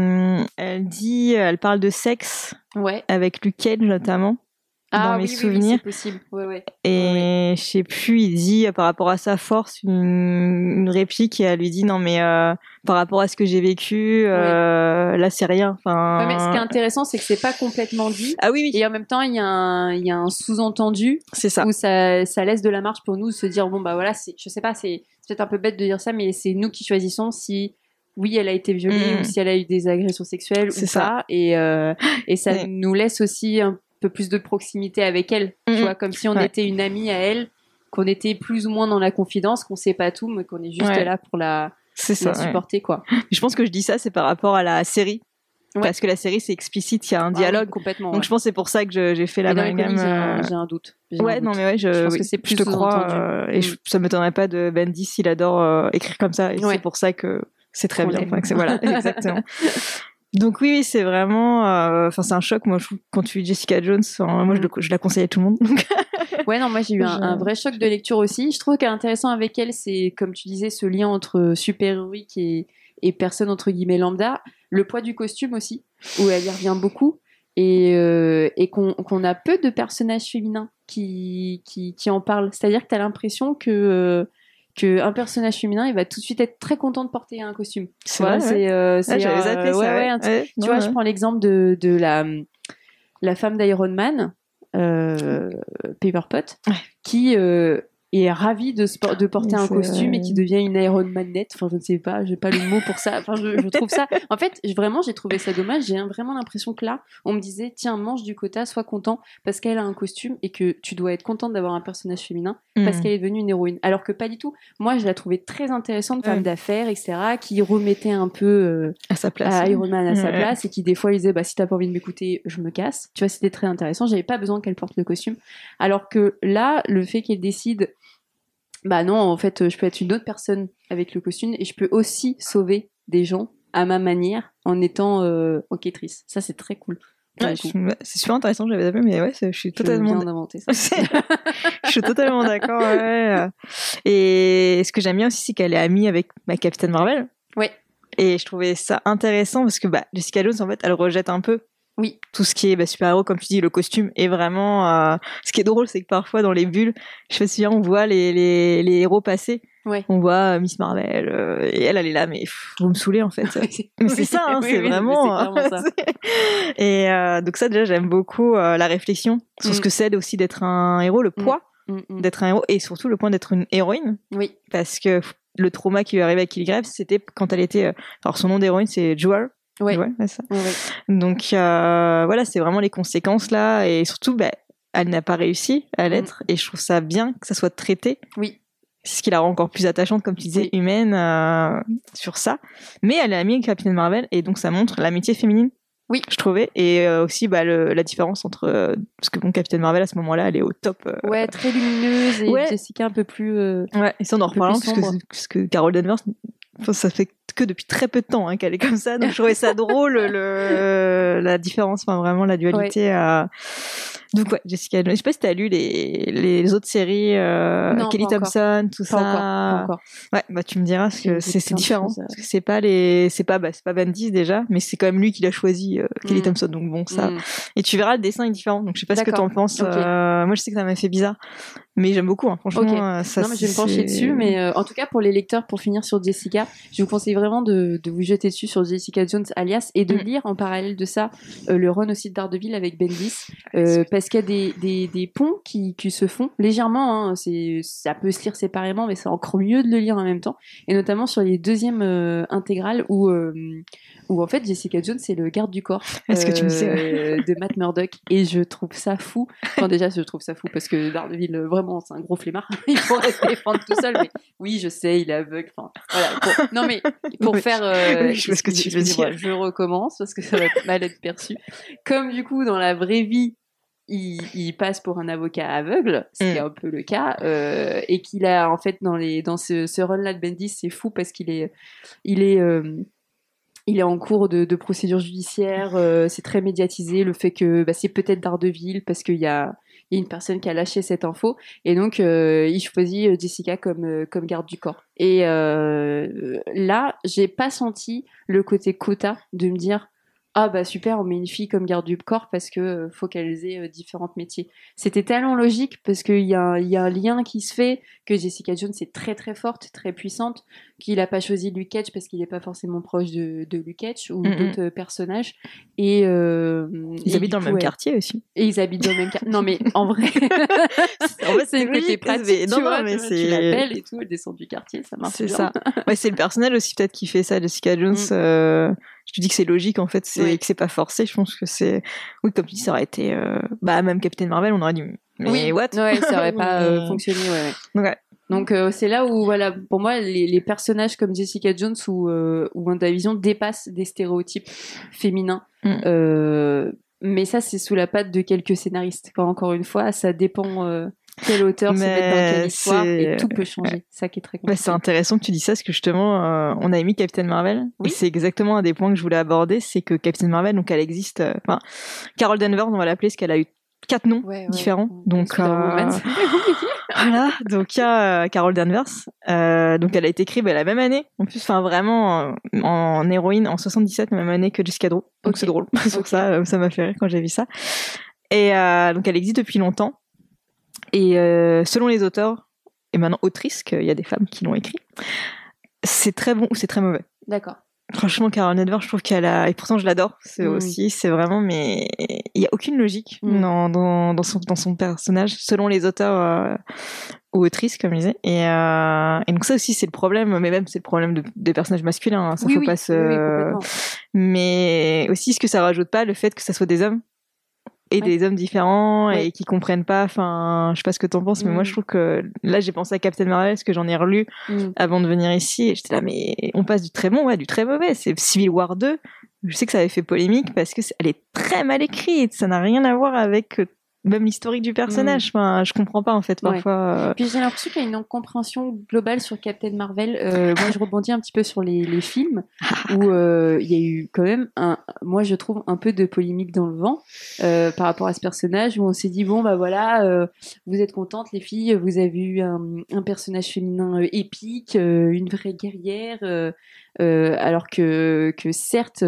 elle parle de sexe. Avec Luke Cage, notamment. Dans mes souvenirs. Oui, c'est possible. Et je sais plus, il dit par rapport à sa force une réplique et elle lui dit non mais par rapport à ce que j'ai vécu, là c'est rien. Enfin. Mais ce qui est intéressant, c'est que c'est pas complètement dit. Ah oui. Et en même temps, il y a un sous-entendu. C'est ça. Où ça laisse de la marge pour nous de se dire bon bah voilà, je sais pas, c'est peut-être un peu bête de dire ça, mais c'est nous qui choisissons si oui, elle a été violée ou si elle a eu des agressions sexuelles ou pas. Et ça nous laisse aussi un peu plus de proximité avec elle, tu vois, comme si on était une amie à elle, qu'on était plus ou moins dans la confidence, qu'on sait pas tout, mais qu'on est juste là pour la supporter, quoi. Je pense que je dis ça, c'est par rapport à la série. Parce que la série, c'est explicite, il y a un dialogue. Complètement. Donc je pense que c'est pour ça que j'ai fait la gamme. J'ai un doute. Je pense que c'est plus je te crois. Et ça m'étonnerait pas de Bendis, il adore écrire comme ça. Et c'est pour ça que c'est très bien. Voilà, exactement. Donc oui, c'est vraiment, c'est un choc. Moi, je trouve quand tu lis Jessica Jones, moi je la conseille à tout le monde. Moi j'ai eu un vrai choc de lecture aussi. Je trouve qu'intéressant avec elle, c'est comme tu disais, ce lien entre super-héroïque et personne entre guillemets lambda. Le poids du costume aussi, où elle y revient beaucoup, et qu'on a peu de personnages féminins qui en parlent. C'est-à-dire que t'as l'impression que un personnage féminin, il va tout de suite être très content de porter un costume. C'est vrai, j'avais zappé ça. Tu vois, je prends l'exemple de la femme d'Iron Man, Pepper Pot, qui est ravie de porter un costume et qui devient une Iron Manette. Enfin, je ne sais pas, j'ai pas le mot pour ça. Enfin, je trouve ça. En fait, vraiment, j'ai trouvé ça dommage. J'ai vraiment l'impression que là, on me disait, tiens, mange du quota, sois content parce qu'elle a un costume et que tu dois être contente d'avoir un personnage féminin parce qu'elle est devenue une héroïne. Alors que pas du tout. Moi, je la trouvais très intéressante, femme d'affaires, etc., qui remettait un peu à sa place, Iron Man à sa place, et qui des fois lui disait, si t'as pas envie de m'écouter, je me casse. Tu vois, c'était très intéressant. J'avais pas besoin qu'elle porte le costume. Alors que là, le fait qu'elle décide, non, en fait, je peux être une autre personne avec le costume et je peux aussi sauver des gens à ma manière en étant enquêtrice. Ça, c'est très cool. C'est super intéressant, j'avais zappé, mais je suis totalement. Je viens d'inventer ça. Je suis totalement d'accord. Et ce que j'aime bien aussi, c'est qu'elle est amie avec ma Captain Marvel. Ouais. Et je trouvais ça intéressant parce que Jessica Jones, en fait, elle rejette un peu. Oui. Tout ce qui est super-héros, comme tu dis, le costume est vraiment... Ce qui est drôle, c'est que parfois, dans les bulles, je me souviens, on voit les héros passer. Ouais. On voit Miss Marvel, et elle est là, mais vous me saoulez, en fait. Mais c'est ça, c'est vraiment... C'est ça. Et donc ça, déjà, j'aime beaucoup la réflexion sur ce que c'est aussi d'être un héros, le poids d'être un héros, et surtout le point d'être une héroïne. Oui. Parce que le trauma qui lui est arrivé à Killgrave, c'était quand elle était... Alors, son nom d'héroïne, c'est Jewel. Ouais, c'est ça. Ouais. Donc voilà, c'est vraiment les conséquences là, et surtout elle n'a pas réussi à l'être, et je trouve ça bien que ça soit traité. Oui. C'est ce qui la rend encore plus attachante, comme tu disais, humaine sur ça. Mais elle est amie avec Captain Marvel et donc ça montre l'amitié féminine. Oui, je trouvais, et aussi la différence entre parce que Captain Marvel à ce moment-là, elle est au top. Ouais, très lumineuse et Jessica un peu plus. Ouais, et ça on en reparlera parce que Carol Danvers, ça fait que depuis très peu de temps qu'elle est comme ça, donc je trouvais ça drôle la différence, enfin vraiment la dualité. Donc ouais, Jessica Jones. Je sais pas si t'as lu les autres séries, non, Kelly Thompson, tout ça. Pas encore. Ouais, bah tu me diras parce que c'est différent. Parce que c'est pas Bendis déjà, mais c'est quand même lui qui l'a choisi, Kelly Thompson. Donc bon, ça. Et tu verras, le dessin est différent. Donc je sais pas ce que t'en penses. Okay. Moi, je sais que ça m'a fait bizarre, mais j'aime beaucoup. Franchement, ça. Non, mais je vais me pencher dessus. Mais en tout cas, pour les lecteurs, pour finir sur Jessica, je vous conseille vraiment de vous jeter dessus sur Jessica Jones alias et de lire en parallèle de ça le run aussi de Daredevil avec Bendis, parce qu'il y a des ponts qui se font légèrement. Ça peut se lire séparément, mais c'est encore mieux de le lire en même temps. Et notamment sur les deuxièmes intégrales où en fait Jessica Jones c'est le garde du corps Est-ce que tu me sais, de Matt Murdock, et je trouve ça fou. Enfin déjà je trouve ça fou parce que Daredevil vraiment c'est un gros flemmard. Il pourrait se défendre tout seul, mais oui je sais il est aveugle. Enfin voilà. Non mais pour faire. Je vois ce que tu veux dire. Je recommence parce que ça va mal être perçu. Comme du coup dans la vraie vie il passe pour un avocat aveugle, ce qui est un peu le cas, et qu'il a en fait dans ce run-là de Bendis, c'est fou parce qu'il est en cours de procédure judiciaire, c'est très médiatisé le fait que c'est peut-être Daredevil parce qu'il y a une personne qui a lâché cette info, et donc il choisit Jessica comme garde du corps. Et là, j'ai pas senti le côté quota de me dire ah bah super, on met une fille comme garde du corps parce que faut qu'elles aient différents métiers. C'était tellement logique parce qu'il y a un lien qui se fait, que Jessica Jones est très très forte, très puissante, qu'il a pas choisi Luke Cage parce qu'il est pas forcément proche de Luke Cage ou d'autres personnages. Et ils habitent dans le même quartier aussi. Et ils habitent dans le même quartier. Non mais en vrai, c'est le côté pratique. Tu l'appelles et tout, elle descend du quartier, ça marche. C'est bien. Ça. Ouais, c'est le personnage aussi peut-être qui fait ça, Jessica Jones. Je te dis que c'est logique en fait, que c'est pas forcé. Je pense que c'est, oui, comme tu dis, ça aurait été, même Captain Marvel, on aurait dit, mais what? Ouais, ça aurait pas fonctionné, ouais. Donc c'est là où voilà, pour moi les personnages comme Jessica Jones ou WandaVision dépassent des stéréotypes féminins. Mais ça c'est sous la patte de quelques scénaristes. Encore une fois, ça dépend. Quel auteur se met dans quelle histoire, et tout peut changer. Ça qui est très compliqué. C'est intéressant que tu dis ça, parce que justement, on a mis Captain Marvel, et c'est exactement un des points que je voulais aborder, c'est que Captain Marvel, donc elle existe, Carol Danvers, on va l'appeler, parce qu'elle a eu 4 noms différents. Donc, voilà. Donc, il y a Carol Danvers. Donc, elle a été écrite la même année. En plus, vraiment, en héroïne, en 77, la même année que Jessica Drew. Donc, c'est drôle. Sur ça m'a fait rire quand j'ai vu ça. Et donc, elle existe depuis longtemps. Et selon les auteurs, et maintenant autrices, qu'il y a des femmes qui l'ont écrit, c'est très bon ou c'est très mauvais. D'accord. Franchement, Carol Danvers, je trouve qu'elle a... Et pourtant, je l'adore, c'est vraiment... Mais il n'y a aucune logique dans son personnage, selon les auteurs ou autrices, comme je disais. Et donc ça aussi, c'est le problème, mais même c'est le problème des personnages masculins, ça faut pas se... Mais aussi, ce que ça rajoute pas, le fait que ça soit des hommes, et des hommes différents et qui comprennent pas, je sais pas ce que t'en penses, mais moi je trouve que là j'ai pensé à Captain Marvel parce que j'en ai relu avant de venir ici, et j'étais là, mais on passe du très bon du très mauvais. C'est Civil War 2, je sais que ça avait fait polémique parce que elle est très mal écrite, ça n'a rien à voir avec même l'historique du personnage. Je comprends pas en fait parfois. Puis j'ai l'impression qu'il y a une incompréhension globale sur Captain Marvel. Moi je rebondis un petit peu sur les films où il y a eu quand même moi je trouve un peu de polémique dans le vent par rapport à ce personnage, où on s'est dit bon vous êtes contentes les filles, vous avez eu un personnage féminin épique, une vraie guerrière, alors que certes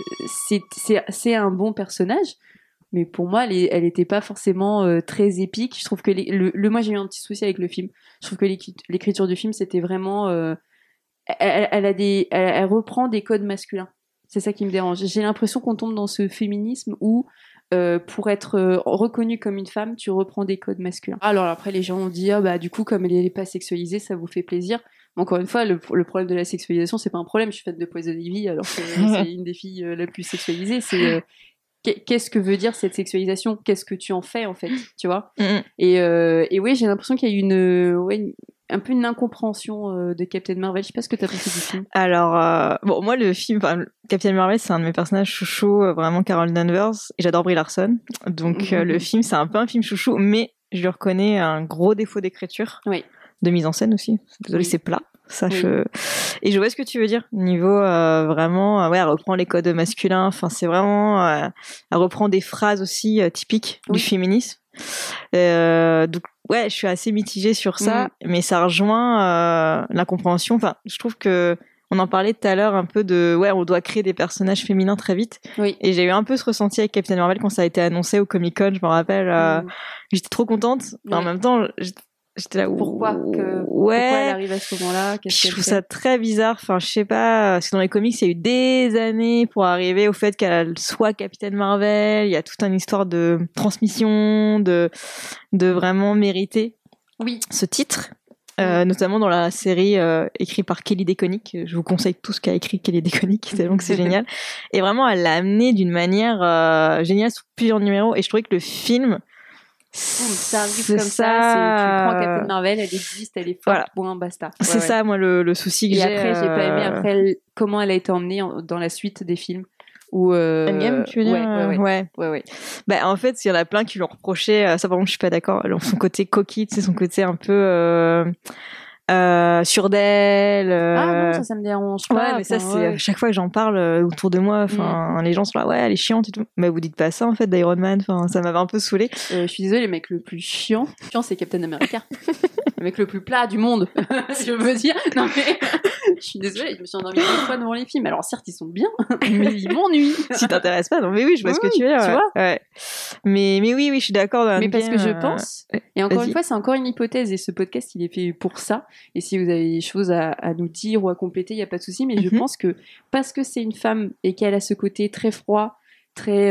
c'est un bon personnage. Mais pour moi, elle était pas forcément très épique. Je trouve que moi, j'ai eu un petit souci avec le film. Je trouve que l'écriture du film, c'était vraiment... elle reprend des codes masculins. C'est ça qui me dérange. J'ai l'impression qu'on tombe dans ce féminisme où, pour être reconnue comme une femme, tu reprends des codes masculins. Alors après, les gens ont dit, du coup, comme elle n'est pas sexualisée, ça vous fait plaisir. Mais encore une fois, le problème de la sexualisation, c'est pas un problème. Je suis fan de Poison Ivy, alors que c'est une des filles la plus sexualisée. C'est... qu'est-ce que veut dire cette sexualisation ? Qu'est-ce que tu en fais, en fait, tu vois ? Et oui, j'ai l'impression qu'il y a eu un peu une incompréhension de Captain Marvel. Je sais pas ce que t'as pensé du film. Alors, bon, moi, le film, Captain Marvel, c'est un de mes personnages chouchous, vraiment Carol Danvers, et j'adore Brie Larson. Donc, le film, c'est un peu un film chouchou, mais je lui reconnais un gros défaut d'écriture. Oui. De mise en scène aussi. Désolée, c'est plat. Ça, Et je vois ce que tu veux dire. Niveau vraiment, elle reprend les codes masculins. Enfin, c'est vraiment, elle reprend des phrases aussi typiques du féminisme. Donc, ouais, je suis assez mitigée sur ça, mais ça rejoint l'incompréhension. Enfin, je trouve que on en parlait tout à l'heure un peu de, on doit créer des personnages féminins très vite. Oui. Et j'ai eu un peu ce ressenti avec Captain Marvel quand ça a été annoncé au Comic-Con. Je me rappelle, j'étais trop contente. En même temps, j'étais là où... Pourquoi elle arrive à ce moment-là? Je trouve ça très bizarre. Enfin, je sais pas. Parce que dans les comics, il y a eu des années pour arriver au fait qu'elle soit Capitaine Marvel. Il y a toute une histoire de transmission, de vraiment mériter ce titre. Notamment dans la série écrite par Kelly DeConnick. Je vous conseille tout ce qu'a écrit Kelly DeConnick, tellement que c'est génial. Et vraiment, elle l'a amené d'une manière géniale sur plusieurs numéros. Et je trouvais que le film... ça arrive comme ça, tu prends Captain Marvel, elle existe, elle est forte, bon, basta. C'est ça, moi, le souci que j'ai. Et après, j'ai pas aimé après comment elle a été emmenée dans la suite des films. Endgame, tu veux dire? Ouais. Bah, en fait, il y en a plein qui lui ont reproché, ça par contre, je suis pas d'accord, son côté coquille, c'est son côté un peu... sur d'elle. Ah non, ça me dérange pas. Ouais, mais ça, c'est à chaque fois que j'en parle autour de moi, les gens sont là, elle est chiante et tout. Mais vous dites pas ça, en fait, d'Iron Man, ça m'avait un peu saoulé. Je suis désolée, le mec le plus chiant, c'est Captain America. Le mec le plus plat du monde, si je veux dire. Non, mais je suis désolée, je me suis endormie 2 fois devant les films. Alors, certes, ils sont bien, mais ils m'ennuient. Si t'intéresses pas, non, mais oui, je vois ce que tu veux dire. Tu vois? Ouais. Mais oui, je suis d'accord. Mais parce que je pense, et encore une fois, c'est encore une hypothèse, et ce podcast, il est fait pour ça. Et si vous avez des choses à nous dire ou à compléter, il n'y a pas de souci. Mais je pense que parce que c'est une femme et qu'elle a ce côté très froid, très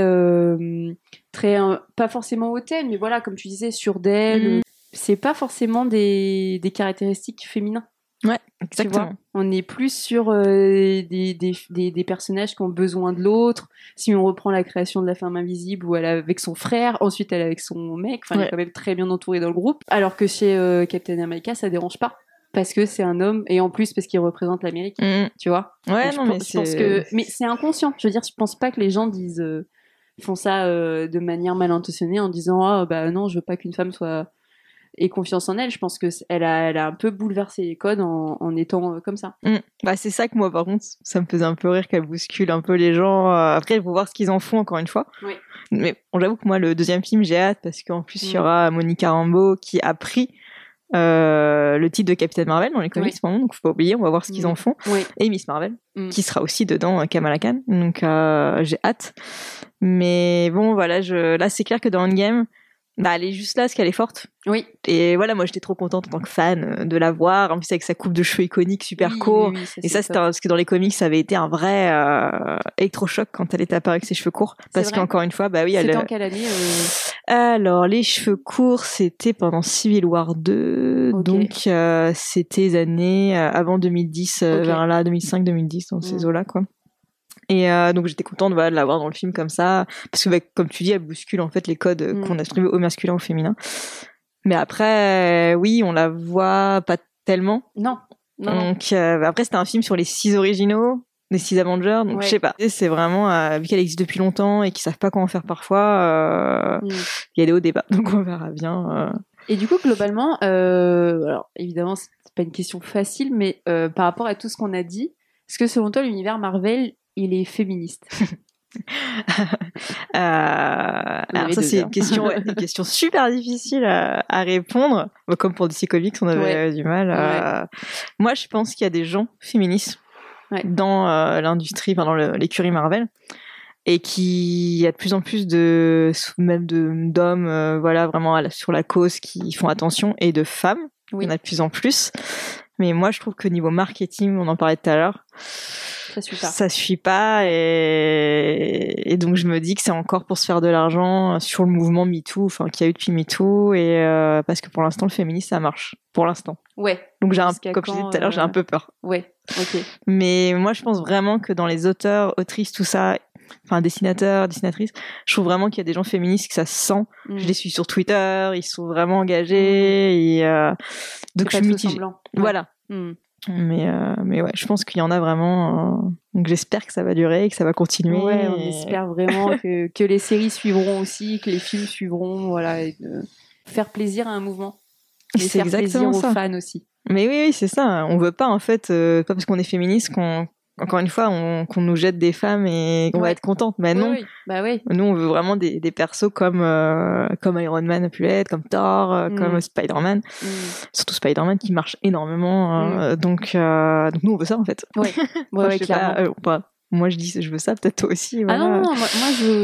pas forcément hautaine, mais voilà, comme tu disais, sûr d'elle, c'est pas forcément des caractéristiques féminines. Ouais, exactement. Tu vois, on est plus sur des personnages qui ont besoin de l'autre. Si on reprend la création de la femme invisible, où elle est avec son frère, ensuite elle est avec son mec, elle est quand même très bien entourée dans le groupe. Alors que chez Captain America, ça dérange pas. Parce que c'est un homme, et en plus parce qu'il représente l'Amérique, tu vois. Ouais, donc, mais c'est inconscient. Je veux dire, je pense pas que les gens font ça de manière mal intentionnée en disant non, je veux pas qu'une femme ait confiance en elle. Je pense que elle a un peu bouleversé les codes en étant comme ça. Bah, c'est ça que moi, par contre, ça me faisait un peu rire qu'elle bouscule un peu les gens. Après, il faut voir ce qu'ils en font encore une fois. Oui. Mais j'avoue que moi, le deuxième film, j'ai hâte parce qu'en plus, il y aura Monica Rambeau qui a pris le titre de Captain Marvel dans les comics, donc faut pas oublier, on va voir ce qu'ils en font. Et Miss Marvel, qui sera aussi dedans, Kamala Khan, donc j'ai hâte. Mais bon, voilà, là c'est clair que dans Endgame, elle est juste là parce qu'elle est forte. Oui. Et voilà, moi j'étais trop contente en tant que fan de la voir, en plus avec sa coupe de cheveux iconique super court. Oui, et ça, c'était parce que dans les comics, ça avait été un vrai électrochoc quand elle était apparue avec ses cheveux courts. Parce qu'encore une fois, c'était en quelle année Alors, les cheveux courts, c'était pendant Civil War 2. Donc, c'était les années avant 2010, vers là, 2005-2010, dans ces eaux-là, quoi. Et donc j'étais contente de l'avoir dans le film comme ça, parce que comme tu dis, elle bouscule en fait les codes qu'on a trouvés au masculin ou au féminin. Mais après, oui, on la voit pas tellement. Non. Donc après, c'était un film sur les 6 originaux, les 6 Avengers, donc je sais pas. Et c'est vraiment, vu qu'elle existe depuis longtemps et qu'ils savent pas quoi en faire parfois, il y a des hauts débats, donc on verra bien. Et du coup, globalement, alors évidemment, c'est pas une question facile, mais par rapport à tout ce qu'on a dit, est-ce que selon toi, l'univers Marvel, il est féministe? Alors ça, c'est une question super difficile à répondre. Comme pour DC Comics, on avait du mal. Moi, je pense qu'il y a des gens féministes dans l'industrie, dans l'écurie Marvel, et qu'il y a de plus en plus d'hommes, voilà, vraiment sur la cause, qui font attention, et de femmes. Il y en a de plus en plus. Mais moi, je trouve que niveau marketing, on en parlait tout à l'heure, ça suffit pas, et donc je me dis que c'est encore pour se faire de l'argent sur le mouvement MeToo, enfin qu'il y a eu depuis MeToo, et parce que pour l'instant le féminisme ça marche, pour l'instant. Ouais. Donc comme je disais tout à l'heure, j'ai un peu peur. Ouais. Ok. Mais moi je pense vraiment que dans les auteurs, autrices, tout ça, dessinateurs, dessinatrices. Je trouve vraiment qu'il y a des gens féministes que ça se sent. Je les suis sur Twitter, ils sont vraiment engagés. Et, donc je suis mitigée. Voilà. Mais ouais, je pense qu'il y en a vraiment. Donc j'espère que ça va durer, que ça va continuer. Ouais, on espère vraiment que les séries suivront aussi, que les films suivront, voilà, et de faire plaisir à un mouvement. Et c'est faire plaisir ça. aux fans aussi. Mais oui, c'est ça. On veut pas, en fait, pas parce qu'on est féministe encore une fois, qu'on nous jette des femmes et qu'on va être contente. Mais non. Oui. Bah oui. Nous, on veut vraiment des persos comme Iron Man a pu l'être, comme Thor, comme Spider-Man. Surtout Spider-Man qui marche énormément. Donc nous, on veut ça, en fait. Ouais, ouais, clairement. Moi, je dis, je veux ça, peut-être toi aussi. Voilà. Ah non, moi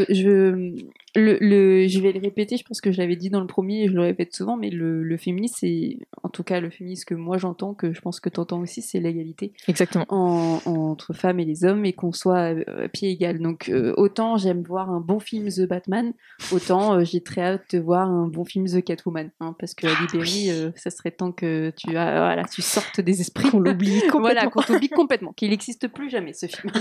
je vais le répéter, je pense que je l'avais dit dans le premier et je le répète souvent, mais le féminisme, c'est, en tout cas le féminisme que moi j'entends, que je pense que t'entends aussi, c'est l'égalité. Exactement. Entre femmes et les hommes et qu'on soit à pied égal. Donc autant j'aime voir un bon film The Batman, autant j'ai très hâte de voir un bon film The Catwoman, hein, parce que Ali Berry, ça serait temps que tu sortes des esprits. Qu'on l'oublie complètement. Voilà, qu'on t'oublie complètement, qu'il n'existe plus jamais ce film.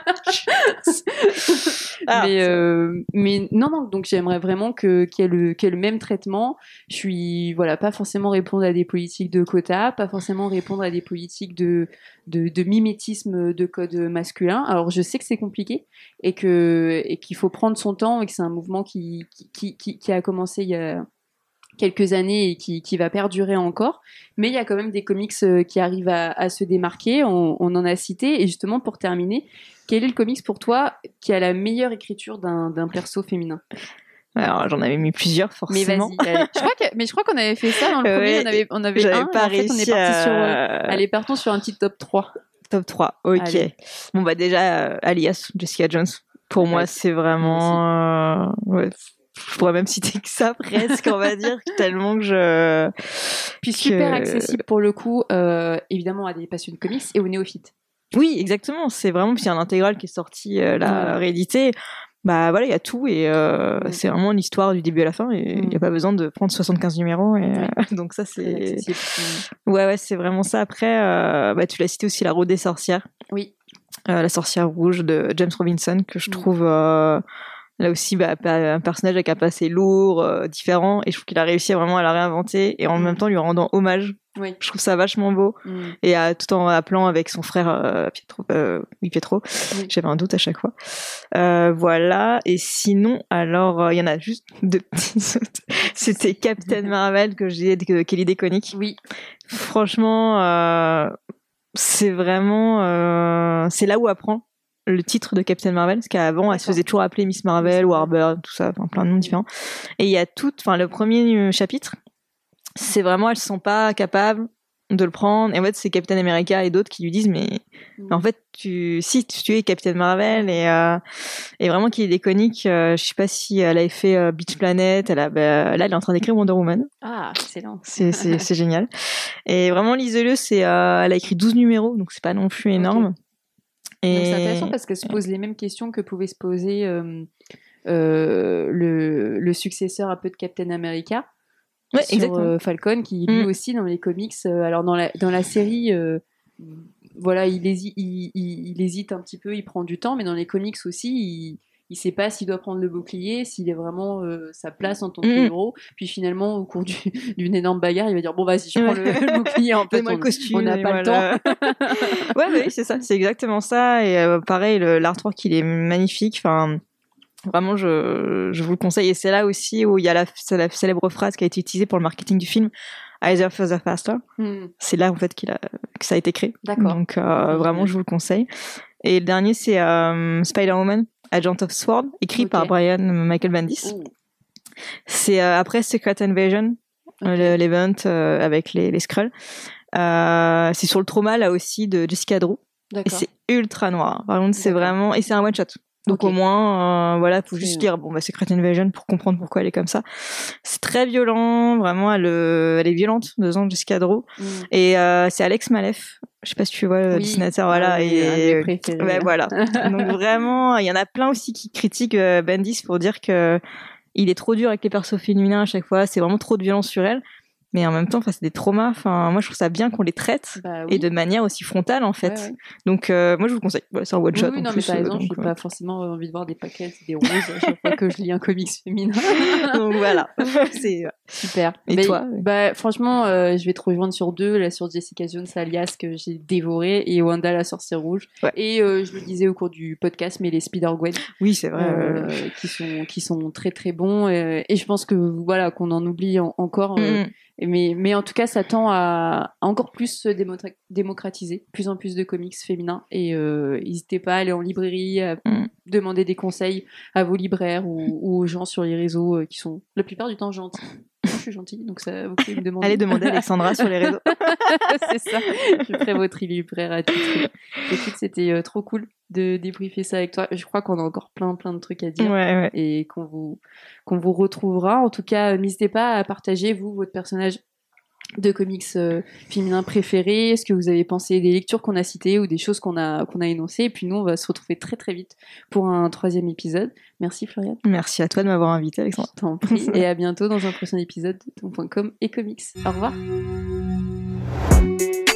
Mais non, donc j'aimerais vraiment qu'il y ait le même traitement. Je suis, voilà, pas forcément répondre à des politiques de quotas, pas forcément répondre à des politiques de mimétisme de code masculin. Alors je sais que c'est compliqué et qu'il faut prendre son temps et que c'est un mouvement qui a commencé il y a quelques années et qui va perdurer encore, mais il y a quand même des comics qui arrivent à se démarquer, on en a cité, et justement pour terminer, quel est le comics pour toi qui a la meilleure écriture d'un perso féminin? Alors j'en avais mis plusieurs forcément. Mais vas-y, je crois qu'on avait fait ça dans le premier, on avait un, pas et en fait on est parti sur allez, partons sur un petit top 3. Top 3, ok. Allez. Bon bah déjà Alias, Jessica Jones, pour moi c'est vraiment je pourrais même citer que ça presque, on va dire, tellement que Puis super accessible pour le coup, évidemment à des passionnés de comics et aux néophytes. Oui, exactement, c'est vraiment, puis il y a un intégral qui est sorti réédité, bah voilà, il y a tout et c'est vraiment l'histoire du début à la fin et il n'y a pas besoin de prendre 75 numéros et donc ça c'est... Ouais, c'est vraiment ça. Après, tu l'as cité aussi, La Route des sorcières. Oui. La sorcière rouge de James Robinson, que je trouve... Là aussi, un personnage avec un passé lourd, différent, et je trouve qu'il a réussi vraiment à la réinventer, et en même temps lui rendant hommage. Oui. Je trouve ça vachement beau, et tout en appelant avec son frère Pietro. Oui. J'avais un doute à chaque fois. Voilà, et sinon, alors, il y en a juste deux petits autres. C'était Captain Marvel, que j'ai de Kelly DeConnick. Oui. Franchement, c'est vraiment... c'est là où apprend le titre de Captain Marvel, parce qu'avant elle se faisait toujours appeler Miss Marvel, Warbird, tout ça, plein de noms différents. Et il y a le premier chapitre, c'est vraiment, elles se sont pas capables de le prendre, et en fait c'est Captain America et d'autres qui lui disent mais en fait tu es Captain Marvel, et vraiment qui est déconique. Je sais pas si elle avait fait Beach Planet, là elle est en train d'écrire Wonder Woman. Ah, excellent. C'est génial. Et vraiment lisez-le, elle a écrit 12 numéros, donc c'est pas non plus énorme. Okay. Et... c'est intéressant parce qu'elle se pose les mêmes questions que pouvait se poser le successeur un peu de Captain America, sur Falcon, qui lui aussi dans les comics, alors dans la série, voilà, il hésite un petit peu, il prend du temps, mais dans les comics aussi, il sait pas s'il doit prendre le bouclier, s'il est vraiment sa place en tant que héros. Puis finalement, au cours d'une énorme bagarre, il va dire bon vas-y, je prends le bouclier. En fait, on n'a pas le temps. Oui, c'est ça, c'est exactement ça. Et pareil, l'artwork, il est magnifique. Enfin, vraiment, je vous le conseille. Et c'est là aussi où il y a la célèbre phrase qui a été utilisée pour le marketing du film. Either Further Faster. C'est là en fait que ça a été créé. D'accord. Donc vraiment, je vous le conseille. Et le dernier, c'est Spider-Woman, Agent of Sword, écrit par Brian Michael Bendis. C'est après Secret Invasion, l'event avec les Skrulls. C'est sur le trauma là aussi de Jessica Drew. D'accord. Et c'est ultra noir. Par contre, c'est vraiment, et c'est un one shot. Donc au moins, voilà, faut juste lire Secret Invasion pour comprendre pourquoi elle est comme ça. C'est très violent, vraiment, elle est violente, 2 ans Jessica Drew. Et c'est Alex Maleff, je sais pas si tu vois le dessinateur, voilà. Voilà. Donc vraiment, il y en a plein aussi qui critiquent Bendis pour dire que il est trop dur avec les persos féminins à chaque fois, c'est vraiment trop de violence sur elle. mais en même temps, c'est des traumas. Enfin, moi, je trouve ça bien qu'on les traite et de manière aussi frontale, en fait. Ouais. Donc, moi, je vous conseille. C'est un one shot. Oui, non, mais t'as raison. Je n'ai pas forcément envie de voir des paquets, des roses à chaque fois que je lis un comics féminin. Donc voilà, c'est super. Et toi franchement, je vais te rejoindre sur 2, là sur Jessica Jones Alias que j'ai dévoré et Wanda la sorcière rouge. Ouais. Et je le disais au cours du podcast, mais les Spider-Gwen. Oui, c'est vrai. Qui sont très très bons et je pense que voilà qu'on en oublie encore. Mais en tout cas, ça tend à encore plus se démocratiser, plus en plus de comics féminins. Et n'hésitez pas à aller en librairie, à demander des conseils à vos libraires ou aux gens sur les réseaux qui sont la plupart du temps gentils. Moi, je suis gentille, donc ça, vous pouvez me demander. Allez demander à Alexandra sur les réseaux. C'est ça. Je ferai votre libraire à titre. Écoute, c'était trop cool de débriefer ça avec toi. Je crois qu'on a encore plein de trucs à dire et qu'on vous retrouvera. En tout cas, n'hésitez pas à partager votre personnage de comics féminins préférés, ce que vous avez pensé des lectures qu'on a citées ou des choses qu'on a énoncées. Et puis nous, on va se retrouver très très vite pour un 3e épisode. Merci Floriane. Merci à toi de m'avoir invité, Alexandra. Je t'en prie. Et à bientôt dans un prochain épisode de ton.com et comics. Au revoir.